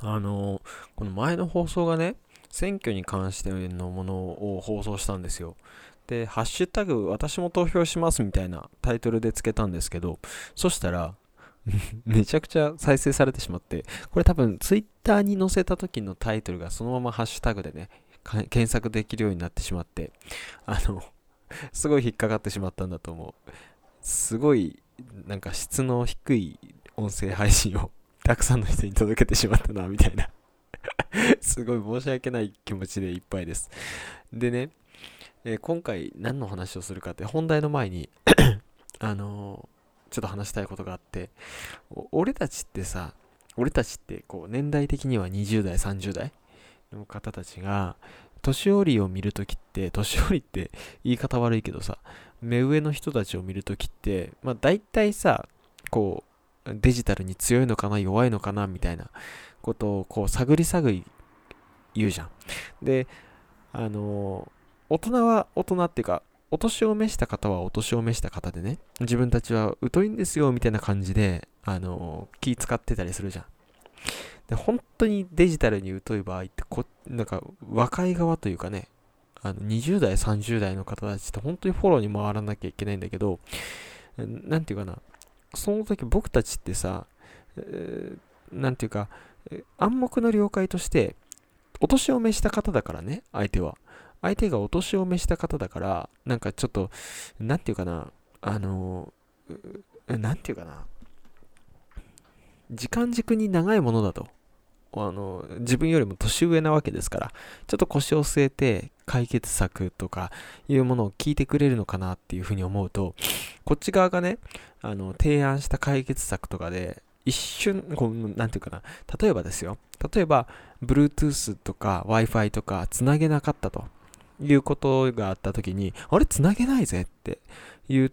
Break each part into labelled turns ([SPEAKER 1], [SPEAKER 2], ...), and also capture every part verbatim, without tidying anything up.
[SPEAKER 1] あの、この前の放送がね、選挙に関してのものを放送したんですよ。で、ハッシュタグ私も投票しますみたいなタイトルでつけたんですけど、そしたら、めちゃくちゃ再生されてしまって、これ多分ツイッターに載せた時のタイトルがそのままハッシュタグでね、検索できるようになってしまって、あの、すごい引っかかってしまったんだと思う。すごい、なんか質の低い音声配信をたくさんの人に届けてしまったな、みたいなすごい申し訳ない気持ちでいっぱいです。でね、えー今回何の話をするかって本題の前にあのーちょっと話したいことがあって、お俺たちってさ、俺たちってこう年代的にはにじゅう代、さんじゅう代の方たちが、年寄りを見るときって、年寄りって言い方悪いけどさ、目上の人たちを見るときって、まあ大体さ、こう、デジタルに強いのかな、弱いのかな、みたいなことをこう探り探り言うじゃん。で、あのー大人は大人っていうか、お年を召した方はお年を召した方でね、自分たちは疎いんですよみたいな感じで、あのー気使ってたりするじゃん。で、本当にデジタルに疎い場合ってこ、なんか若い側というかね、あのにじゅう代、さんじゅう代の方たちって本当にフォローに回らなきゃいけないんだけど、なんていうかな、その時僕たちってさ、えーなんていうか、暗黙の了解として、お年を召した方だからね、相手は。相手がお年を召した方だから、なんかちょっと、なんていうかな、あの、なんていうかな、時間軸に長いものだと。あの、自分よりも年上なわけですから、ちょっと腰を据えて解決策とかいうものを聞いてくれるのかなっていうふうに思うと、こっち側がね、あの、提案した解決策とかで、一瞬、こう、なんていうかな、例えばですよ。例えば、Bluetooth とか Wi-Fi とかつなげなかったということがあった時に、あれつなげないぜって言って、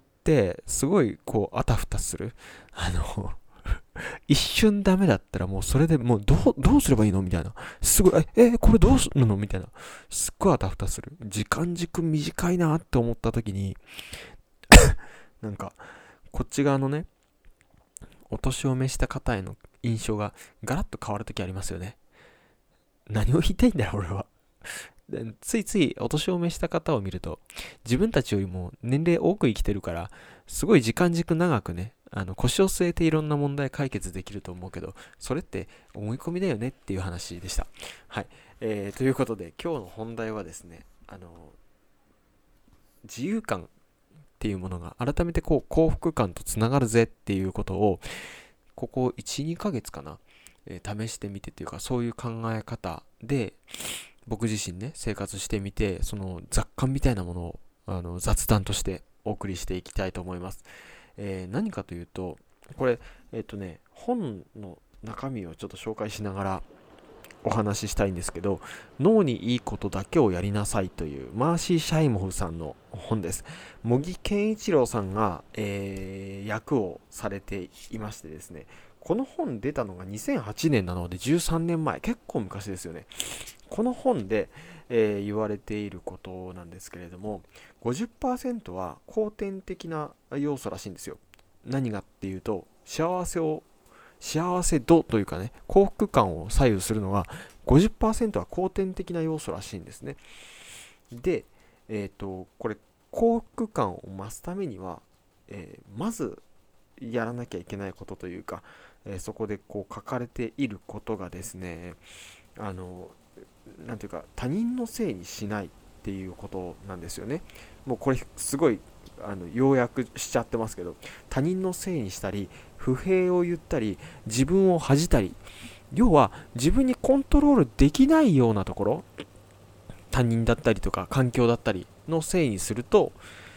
[SPEAKER 1] すごいこう、あたふたする。あの、一瞬ダメだったらもうそれでもうどう、どうすればいいのみたいな。すごい、え、え、これどうするのみたいな。すっごいあたふたする。時間軸短いなって思った時に、なんか、こっち側のね、お年を召した方への印象がガラッと変わる時ありますよね。何を言いたいんだよ、俺は。でついついお年を召した方を見ると、自分たちよりも年齢多く生きてるから、すごい時間軸長くね、あの腰を据えていろんな問題解決できると思うけど、それって思い込みだよねっていう話でした。はい。えー、ということで、今日の本題はですね、あの、自由感っていうものが改めてこう幸福感とつながるぜっていうことを、ここいち、にかげつかな、えー試してみてというか、そういう考え方で、僕自身ね、生活してみて、その雑感みたいなものをあの雑談としてお送りしていきたいと思います。えー何かというと、これ、えっ、とね、本の中身をちょっと紹介しながらお話ししたいんですけど、脳にいいことだけをやりなさいというマーシー・シャイモフさんの本です。茂木健一郎さんが、えー役をされていましてですね、この本出たのがにせんはちねんなのでじゅうさんねんまえ、結構昔ですよね。この本で、えー言われていることなんですけれども、ごじゅっパーセントは後天的な要素らしいんですよ。何がっていうと、幸せを幸せ度というかね、幸福感を左右するのはごじゅっパーセントは後天的な要素らしいんですね。で、えっ、と、これ幸福感を増すためには、えーまずやらなきゃいけないことというか、えーそこでこう書かれていることがですね、あの、なんていうか、他人のせいにしないっていうことなんですよね。もうこれすごいあの要約しちゃってますけど、他人のせいにしたり、不平を言ったり、自分を恥じたり、要は自分にコントロールできないようなところ、他人だったりとか環境だったりのせいにすると、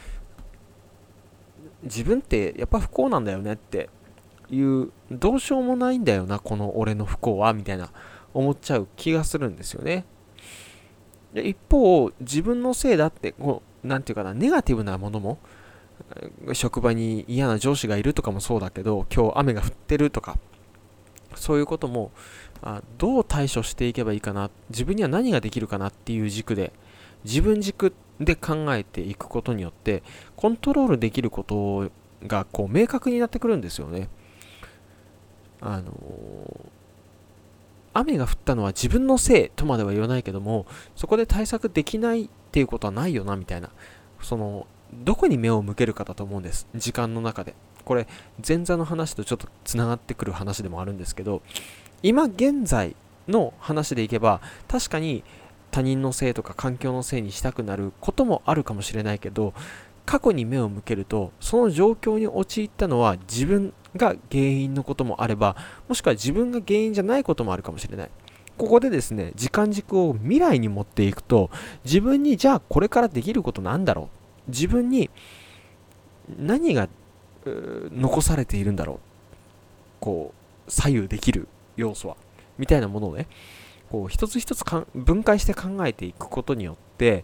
[SPEAKER 1] 自分ってやっぱ不幸なんだよねっていう、どうしようもないんだよなこの俺の不幸はみたいな思っちゃう気がするんですよね。で一方、自分のせいだってこうなんていうかな、ネガティブなものも、職場に嫌な上司がいるとかもそうだけど、今日雨が降ってるとか、そういうことも、あどう対処していけばいいかな、自分には何ができるかなっていう軸で、自分軸で考えていくことによって、コントロールできることがこう明確になってくるんですよね。あの雨が降ったのは自分のせいとまでは言わないけども、そこで対策できないっていうことはないよなみたいな、そのどこに目を向けるかだと思うんです、時間の中で。これ前座の話とちょっとつながってくる話でもあるんですけど、今現在の話でいけば確かに他人のせいとか環境のせいにしたくなることもあるかもしれないけど、過去に目を向けるとその状況に陥ったのは自分が原因のこともあれば、もしくは自分が原因じゃないこともあるかもしれない。ここでですね、時間軸を未来に持っていくと、自分にじゃあこれからできることなんだろう、自分に何が残されているんだろう、こう左右できる要素はみたいなものをね、こう一つ一つかん分解して考えていくことによって、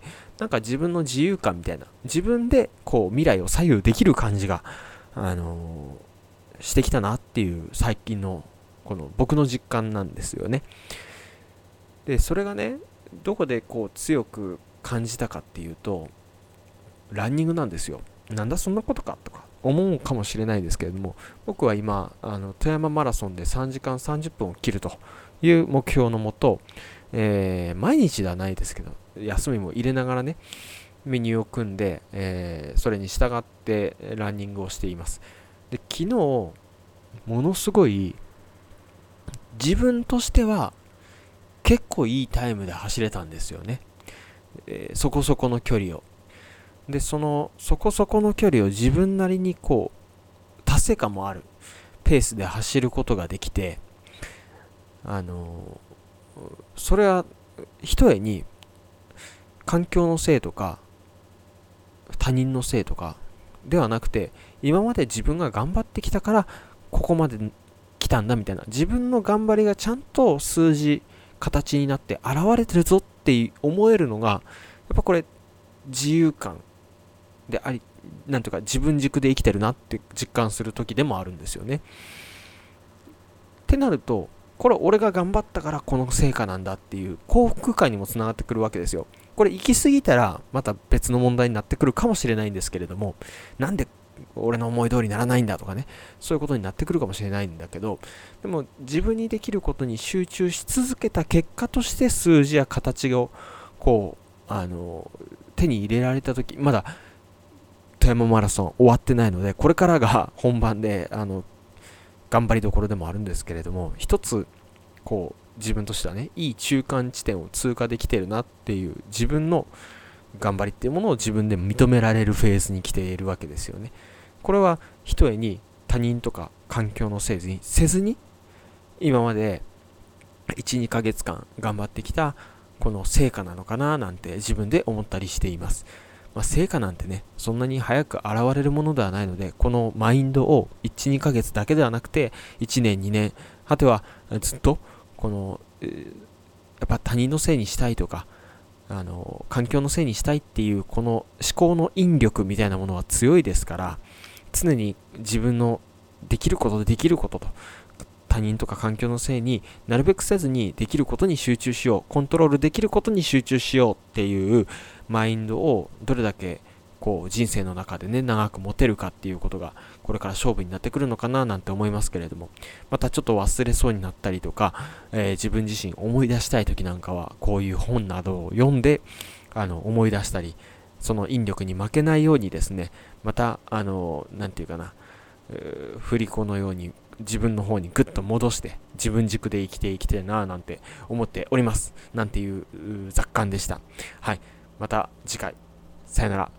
[SPEAKER 1] なんか自分の自由感みたいな、自分でこう未来を左右できる感じが、あのー、してきたなっていう最近のこの僕の実感なんですよね。でそれがね、どこでこう強く感じたかっていうと、ランニングなんですよ。なんだそんなことかとか思うかもしれないですけれども、僕は今あの富山マラソンでさんじかんさんじゅっぷんを切るという目標のもと、えー、毎日ではないですけど休みも入れながらね、メニューを組んで、えー、それに従ってランニングをしています。で昨日ものすごい自分としては結構いいタイムで走れたんですよね、えー、そこそこの距離を。でそのそこそこの距離を自分なりにこう達成感もあるペースで走ることができて、あのー、それはひとえに環境のせいとか他人のせいとかではなくて、今まで自分が頑張ってきたからここまで来たんだみたいな、自分の頑張りがちゃんと数字形になって現れてるぞって思えるのが、やっぱこれ自由感であり、なんとか自分軸で生きてるなって実感する時でもあるんですよね。ってなると、これ俺が頑張ったからこの成果なんだっていう幸福感にもつながってくるわけですよ。これ行き過ぎたらまた別の問題になってくるかもしれないんですけれども、なんで俺の思い通りにならないんだとかね、そういうことになってくるかもしれないんだけど、でも自分にできることに集中し続けた結果として数字や形をこうあの手に入れられた時、まだ富山マラソン終わってないので、これからが本番であの頑張りどころでもあるんですけれども、一つこう自分としてはね、いい中間地点を通過できてるなっていう自分の頑張りっていうものを自分で認められるフェーズに来ているわけですよね。これはひとえに他人とか環境のせいにせずに、今までいち、にかげつかん頑張ってきたこの成果なのかななんて自分で思ったりしています。まあ、成果なんてね、そんなに早く現れるものではないので、このマインドをいち、にかげつだけではなくていちねん、にねん、果てはずっとこの、えー、やっぱ他人のせいにしたいとか、あの環境のせいにしたいっていうこの思考の引力みたいなものは強いですから、常に自分のできることでできることと、他人とか環境のせいになるべくせずにできることに集中しよう、コントロールできることに集中しようっていうマインドをどれだけこう人生の中でね長く持てるかっていうことがこれから勝負になってくるのかななんて思いますけれども、またちょっと忘れそうになったりとか、えー、自分自身思い出したい時なんかはこういう本などを読んであの思い出したり、その引力に負けないようにですね、またあのなんていうかな、振り子のように自分の方にグッと戻して自分軸で生きていきたいななんて思っておりますなんていう雑感でした。はい、また次回、さよなら。